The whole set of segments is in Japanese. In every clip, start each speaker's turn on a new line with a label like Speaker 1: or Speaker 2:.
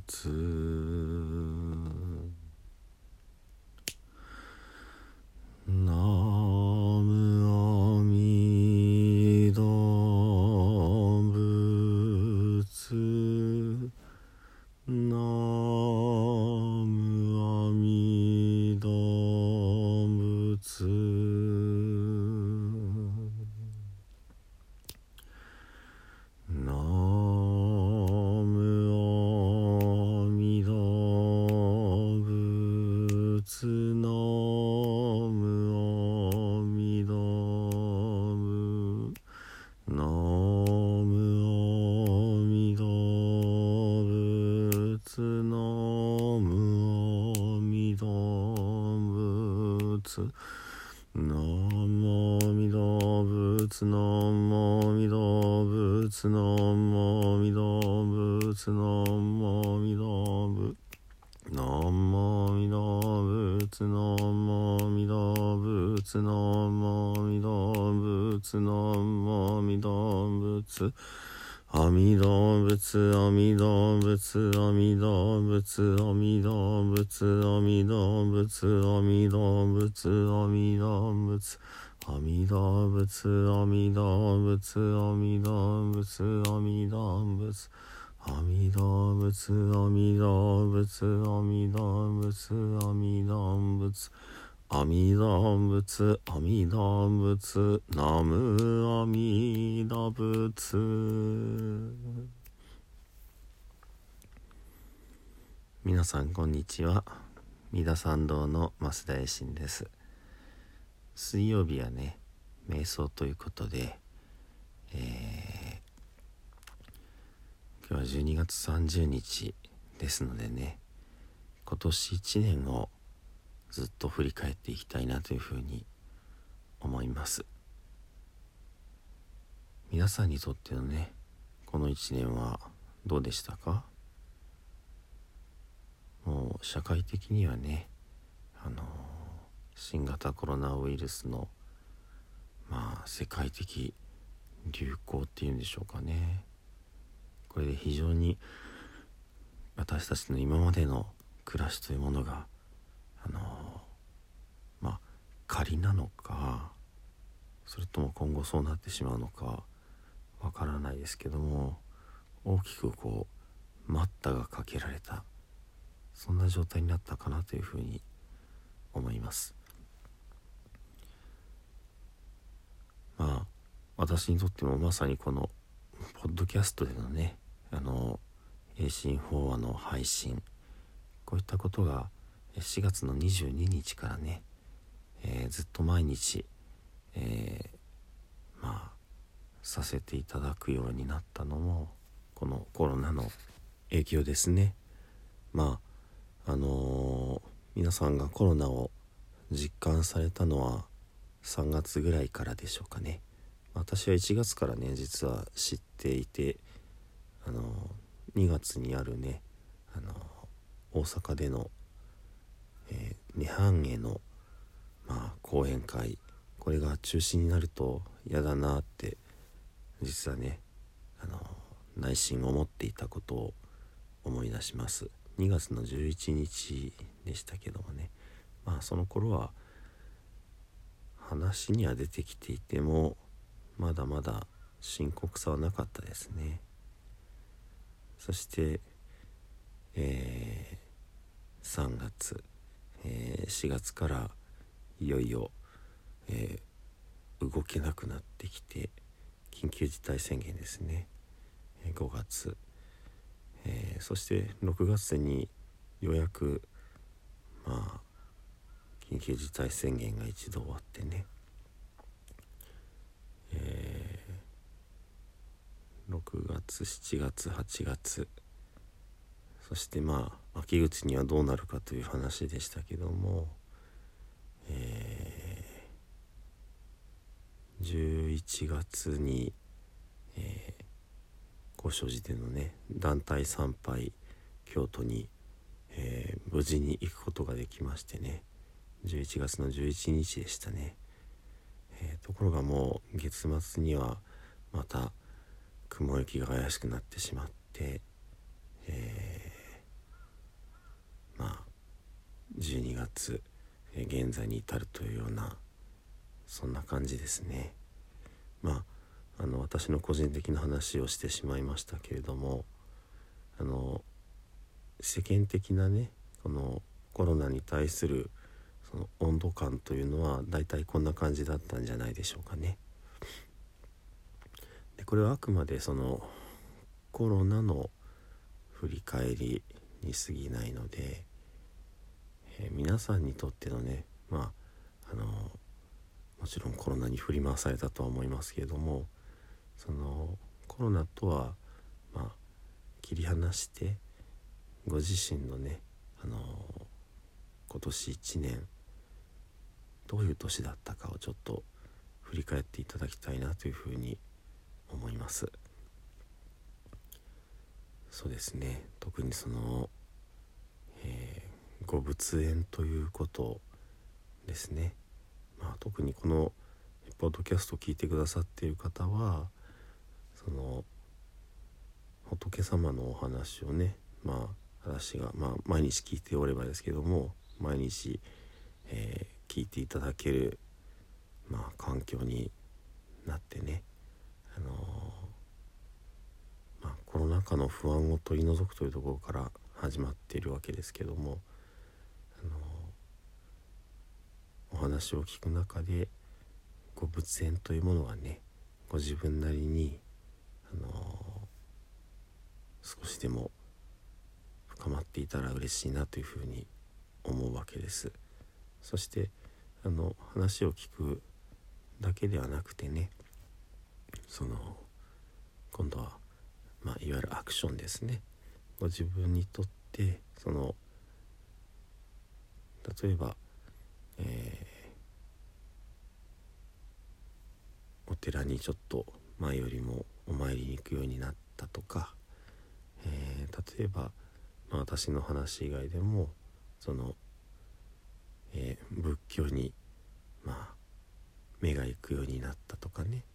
Speaker 1: ナムアミダ仏ナムアミダ仏ナムアミダ仏ナムアミダ仏ナムアミダ仏ナムアミダ仏ナムアミダ仏ナムアミダ仏ナムアミダ仏ナムアミダ仏ナムアミダ仏ナムアミダ仏ナムアミダ仏ナムアミダ仏阿弥陀仏阿弥陀仏阿弥陀仏阿弥陀仏阿弥陀仏阿弥陀仏阿弥陀仏阿弥陀仏阿弥陀仏阿弥陀仏阿弥陀仏阿弥陀仏阿弥陀仏阿弥陀仏阿弥陀仏阿弥陀仏阿弥陀仏ナムアミダ仏。皆さんこんにちは。三田参道の増田衛進です。水曜日はね瞑想ということで、今日は12月30日ですのでね、今年1年をずっと振り返っていきたいなというふうに思います。皆さんにとってのねこの1年はどうでしたか？もう社会的にはね新型コロナウイルスの世界的流行っていうんでしょうかね。これで非常に私たちの今までの暮らしというものが仮なのか、それとも今後そうなってしまうのかわからないですけども、大きく待ったがかけられた、そんな状態になったかなというふうに思います。私にとってもまさにこのポッドキャストでのね栄進法話の配信、こういったことが4月の22日からね、ずっと毎日、させていただくようになったのもこのコロナの影響ですね。皆さんがコロナを実感されたのは3月ぐらいからでしょうかね。私は1月からね実は知っていて、2月にあるね大阪での、涅槃への講演会、これが中止になると嫌だなって実はね内心思っていたことを思い出します。2月の11日でしたけどもね、その頃は話には出てきていてもまだまだ深刻さはなかったですね。そして、3月、4月からいよいよ、動けなくなってきて緊急事態宣言ですね、5月、そして6月にようやく緊急事態宣言が一度終わってね、6月7月8月、そして秋口にはどうなるかという話でしたけども、11月に、ご所寺でのね団体参拝京都に、無事に行くことができましてね、11月の11日でしたね。ところがもう月末にはまた雲行きが怪しくなってしまって、 12月、現在に至るというようなそんな感じですね。私の個人的な話をしてしまいましたけれども、世間的なねこのコロナに対するその温度感というのはだいたいこんな感じだったんじゃないでしょうかね。でこれはあくまでそのコロナの振り返りに過ぎないので、皆さんにとってのねもちろんコロナに振り回されたとは思いますけれども、そのコロナとは切り離してご自身のね今年1年どういう年だったかをちょっと振り返っていただきたいなというふうに思います。そうですね、特にその、ご仏縁ということですね。特にこのポッドキャストを聞いてくださっている方はその仏様のお話をね私が毎日聞いておればですけども毎日、聞いていただける、環境になってね、コロナ禍の不安を取り除くというところから始まっているわけですけども、お話を聞く中でご仏縁というものがねご自分なりに、少しでも深まっていたら嬉しいなというふうに思うわけです。そして話を聞くだけではなくてね、今度はいわゆるアクションですね。ご自分にとって例えば、お寺にちょっと前よりもお参りに行くようになったとか、例えば、私の話以外でも仏教に目が行くようになったとかね、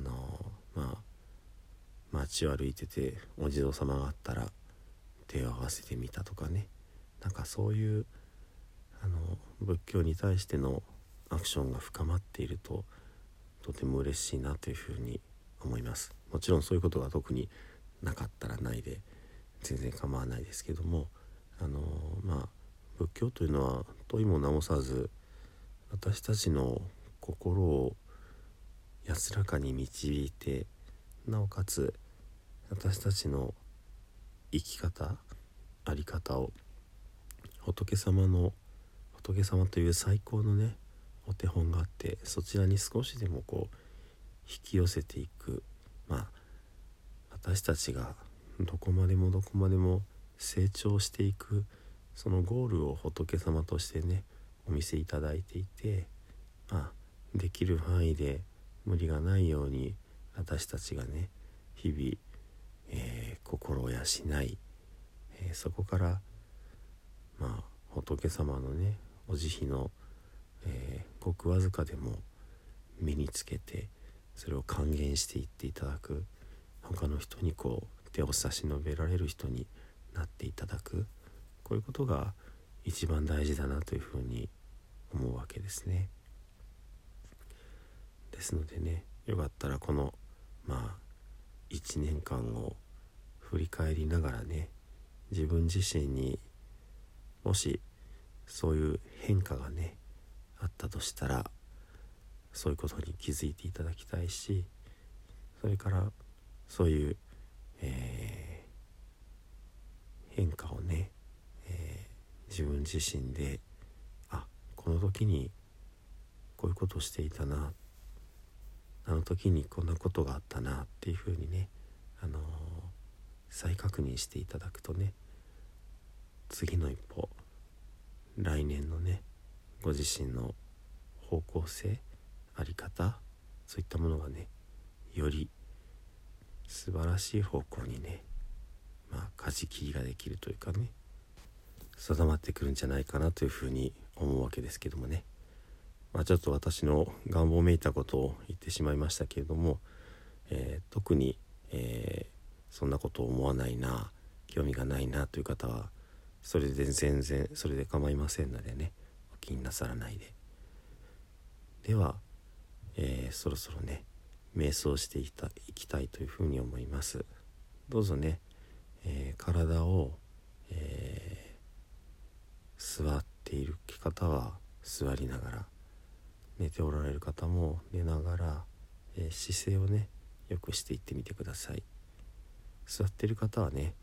Speaker 1: 街を歩いててお地蔵様があったら手を合わせてみたとかね、そういう仏教に対してのアクションが深まっているととても嬉しいなというふうに思います。もちろんそういうことが特になかったらないで全然構わないですけども、仏教というのはといもなもさず私たちの心を安らかに導いて、なおかつ私たちの生き方あり方を仏様という最高のねお手本があって、そちらに少しでも引き寄せていく、私たちがどこまでも成長していくそのゴールを仏様としてねお見せいただいていて、できる範囲で無理がないように私たちがね日々、心を養い、そこから仏様のねお慈悲の、ごくわずかでも身につけてそれを還元していっていただく、他の人に手を差し伸べられる人になっていただく、こういうことが一番大事だなというふうに思うわけですね。ですのでね、よかったらこの1年間を振り返りながらね、自分自身にもしそういう変化がねあったとしたらそういうことに気づいていただきたいし、それからそういう、変化をね、自分自身でこの時にこういうことをしていたな、あの時にこんなことがあったなっていうふうにね、再確認していただくとね、次の一歩、来年のねご自身の方向性あり方、そういったものがねより素晴らしい方向にね舵切りができるというかね、定まってくるんじゃないかなというふうに思うわけですけどもね。ちょっと私の願望めいたことを言ってしまいましたけれども、特に、そんなことを思わないな、興味がないなという方はそれで全然それで構いませんのでね、お気になさらないで。では、そろそろね瞑想していきたいというふうに思います。どうぞね、体を、座っている方は座りながら、寝ておられる方も寝ながら、姿勢をねよくしていってみてください。座っている方はね、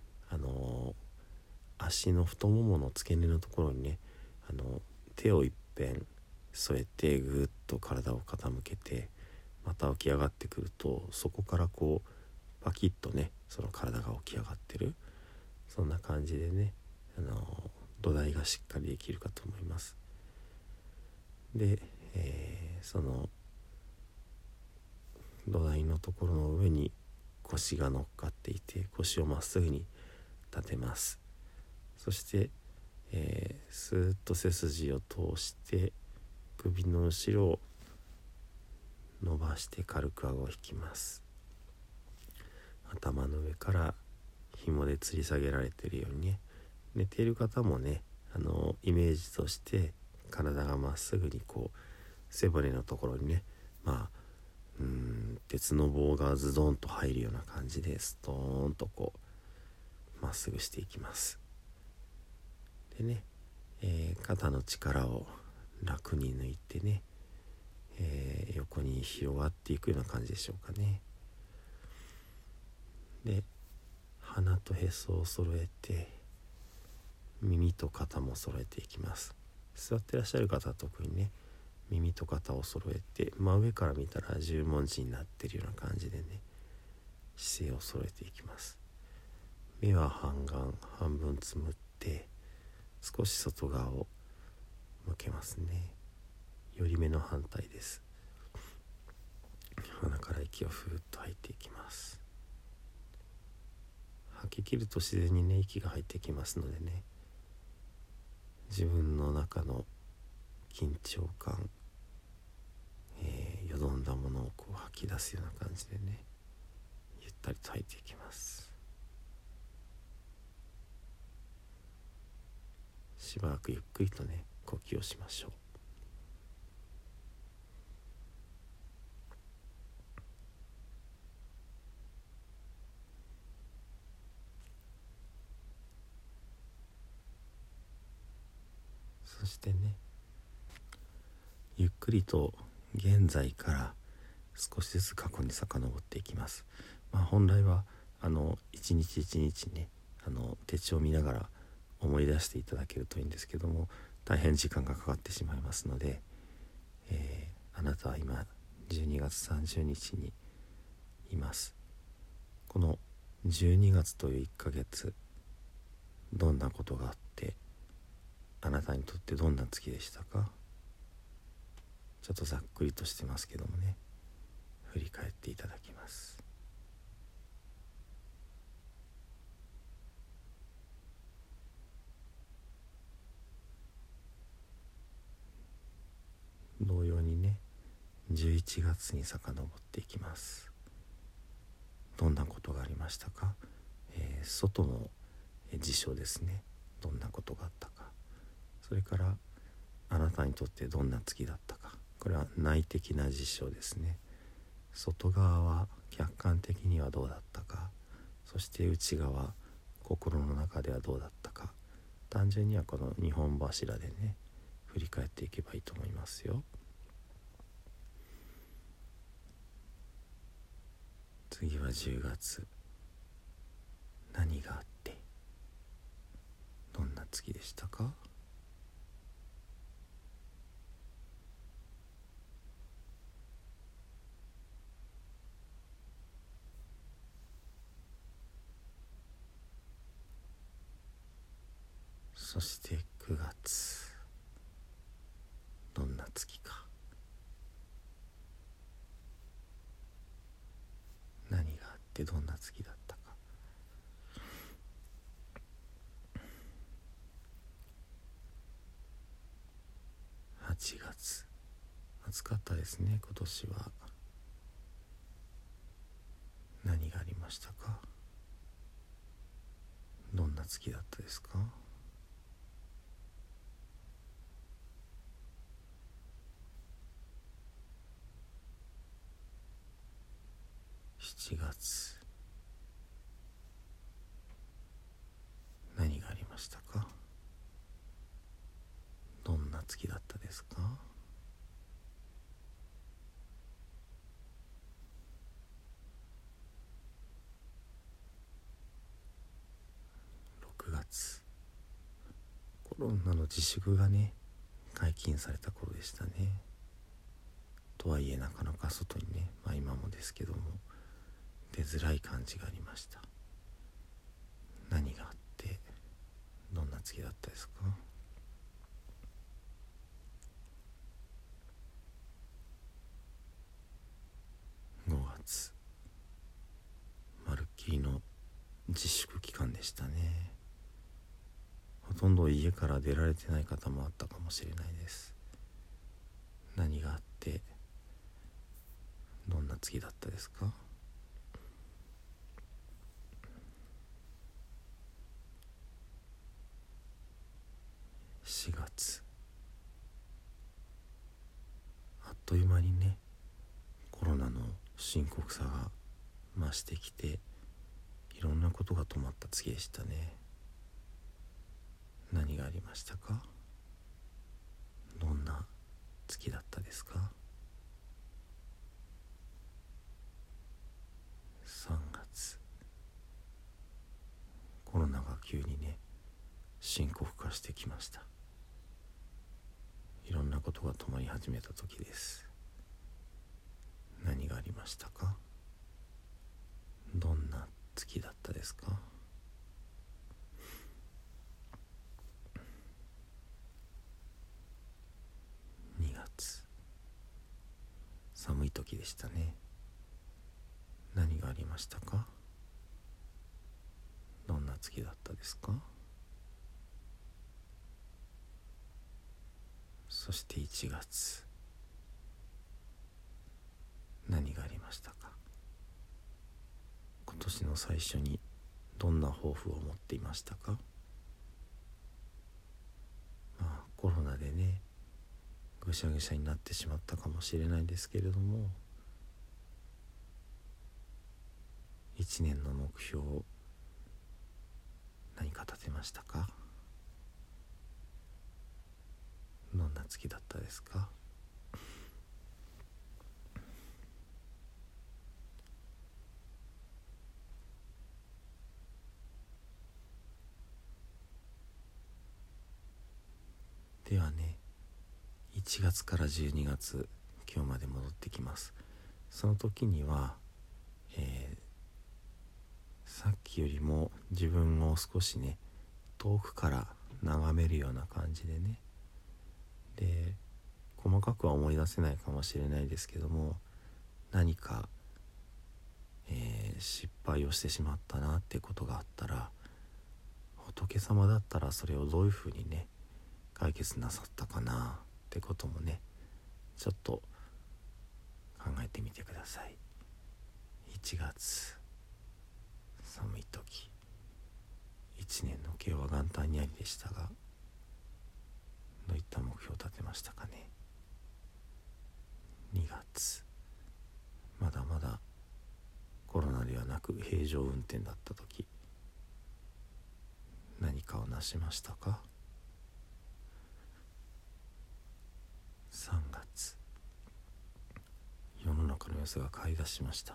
Speaker 1: 足の太ももの付け根のところにね、手をいっぺん添えてぐっと体を傾けて、また起き上がってくると、そこからこうパキッとねその体が起き上がってる、そんな感じでね、土台がしっかりできるかと思います。で、その土台のところの上に腰が乗っかっていて、腰をまっすぐに立てます。そして、スーッと背筋を通して首の後ろを伸ばして軽く顎を引きます。頭の上から紐で吊り下げられているようにね、寝ている方もね、イメージとして体がまっすぐにこう背骨のところにね、鉄の棒がズドンと入るような感じでストーンとこうまっすぐしていきます。でね、肩の力を楽に抜いてね、横に広がっていくような感じでしょうかね。で、鼻とへそを揃えて、耳と肩も揃えていきます。座ってらっしゃる方は特にね、耳と肩を揃えて、真上から見たら十文字になっているような感じでね、姿勢を揃えていきます。目は半眼半分つむって、少し外側を向けますね。寄り目の反対です。鼻から息をふーっと吐いていきます。吐き切ると自然にね息が入ってきますのでね、自分の中の緊張感、よどんだものをこう吐き出すような感じでね、ゆったりと吐いていきます。しばらくゆっくりとね呼吸をしましょう。そしてね、ゆっくりと現在から少しずつ過去に遡っていきます。本来は一日一日ね、手帳を見ながら思い出していただけるといいんですけども、大変時間がかかってしまいますので、あなたは今12月30日にいます。この12月という1ヶ月、どんなことがあって、あなたにとってどんな月でしたか？ちょっとざっくりとしてますけどもね、振り返っていただきます。同様にね、11月に遡っていきます。どんなことがありましたか？外の事象ですね、どんなことがあったか。それからあなたにとってどんな月だったか。これは内的な事象ですね。外側は客観的にはどうだったか、そして内側心の中ではどうだったか。単純にはこの2本柱でね振り返っていけばいいと思いますよ。次は10月、何があってどんな月でしたか？そして9月、どんな月か。何があってどんな月だったか。8月、暑かったですね今年は。何がありましたか？どんな月だったですか？ 4月、何がありましたか？どんな月だったですか？6月、コロナの自粛がね解禁された頃でしたね。とはいえなかなか外にね、今もですけども出づらい感じがありました。何があってどんな月だったですか？5月、まるっきりの自粛期間でしたね。ほとんど家から出られてない方もあったかもしれないです。何があってどんな月だったですか？4月、あっという間にねコロナの深刻さが増してきて、いろんなことが止まった月でしたね。何がありましたか？どんな月だったですか？3月、コロナが急にね深刻化してきました。いろんなことが止まり始めた時です。何がありましたか？どんな月だったですか？2月、寒い時でしたね。何がありましたか？どんな月だったですか？そして1月、何がありましたか？今年の最初にどんな抱負を持っていましたか？コロナでねぐしゃぐしゃになってしまったかもしれないですけれども、1年の目標を何か立てましたか？どんな月だったですか？ではね、1月から12月今日まで戻ってきます。その時には、さっきよりも自分を少しね遠くから眺めるような感じでね、で細かくは思い出せないかもしれないですけども、何か、失敗をしてしまったなってことがあったら、仏様だったらそれをどういうふうにね解決なさったかなってこともねちょっと考えてみてください。1月、寒い時、1年の計は元旦にありでしたが、どういった目標を立てましたかね。2月、まだまだコロナではなく平常運転だった時、何かを成しましたか。3月、世の中の様子が変わり出しました。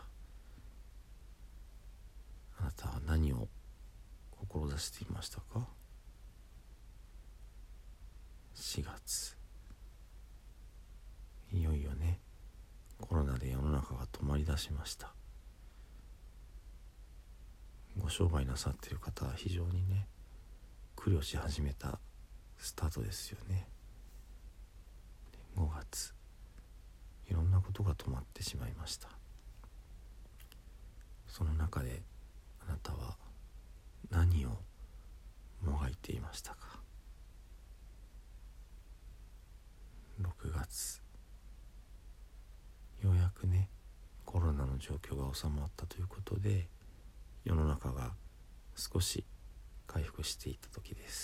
Speaker 1: あなたは何を志していましたか。4月、いよいよねコロナで世の中が止まり出しました。ご商売なさっている方は非常にね苦慮し始めたスタートですよね。5月、いろんなことが止まってしまいました。その中であなたは何をもがいていましたか。6月、ようやくねコロナの状況が収まったということで世の中が少し回復していった時です。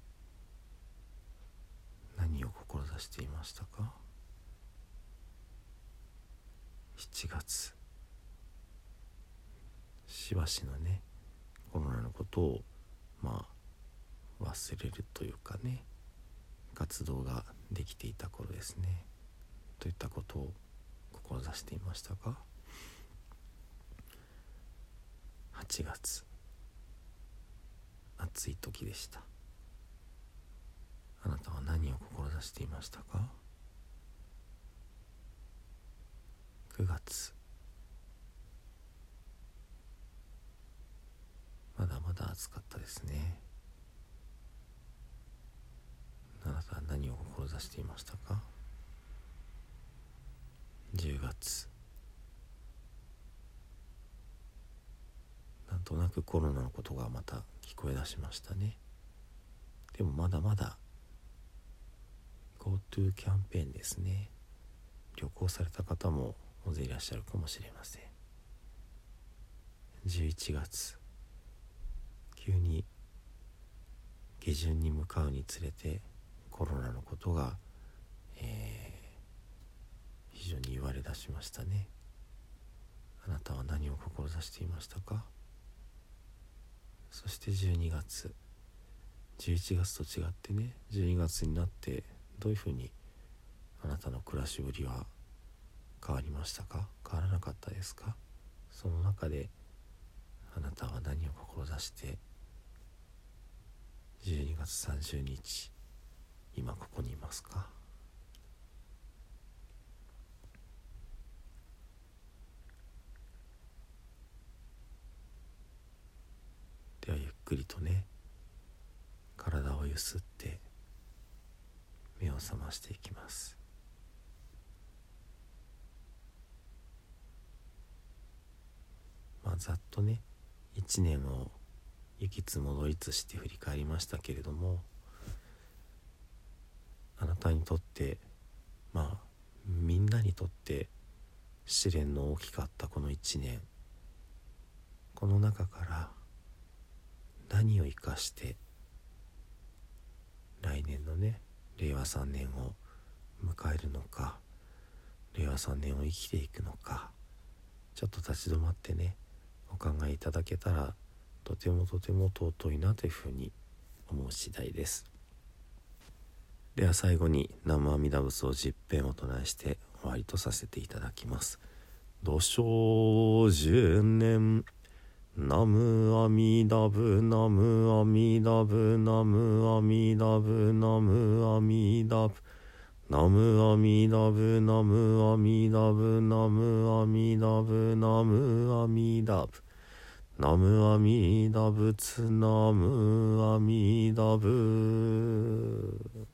Speaker 1: 何を志していましたか。7月、 しばしのねコロナのことを忘れるというかね、活動ができていた頃ですね。といったことを志していましたが、8月暑い時でした。あなたは何を志していましたか？9月、まだまだ暑かったですね。あなたは何を志していましたか？10月、なんとなくコロナのことがまた聞こえ出しましたね。でもまだまだ GoTo キャンペーンですね。旅行された方も大勢いらっしゃるかもしれません。11月、急に下旬に向かうにつれてコロナのことが、非常に言われ出しましたね。あなたは何を志していましたか？そして12月、11月と違ってね、12月になってどういうふうにあなたの暮らしぶりは変わりましたか？変わらなかったですか？その中であなたは何を志して12月30日今ここにいますか？ではゆっくりとね、体をゆすって目を覚ましていきます。ざっとね1年を行きつ戻りつして振り返りましたけれども、あなたにとってみんなにとって試練の大きかったこの1年、この中から何を生かして来年のね令和3年を迎えるのか、令和3年を生きていくのか、ちょっと立ち止まってねお考えいただけたらとても尊いなというふうに思う次第です。では最後に南無阿弥陀仏を10遍お唱えして終わりとさせていただきます。土生十年南無阿弥陀仏南無阿弥陀仏南無阿弥陀仏南無阿弥陀仏南無阿弥陀仏南無阿弥陀仏南無阿弥陀仏南無阿弥陀仏南無阿弥陀仏南無阿弥陀仏。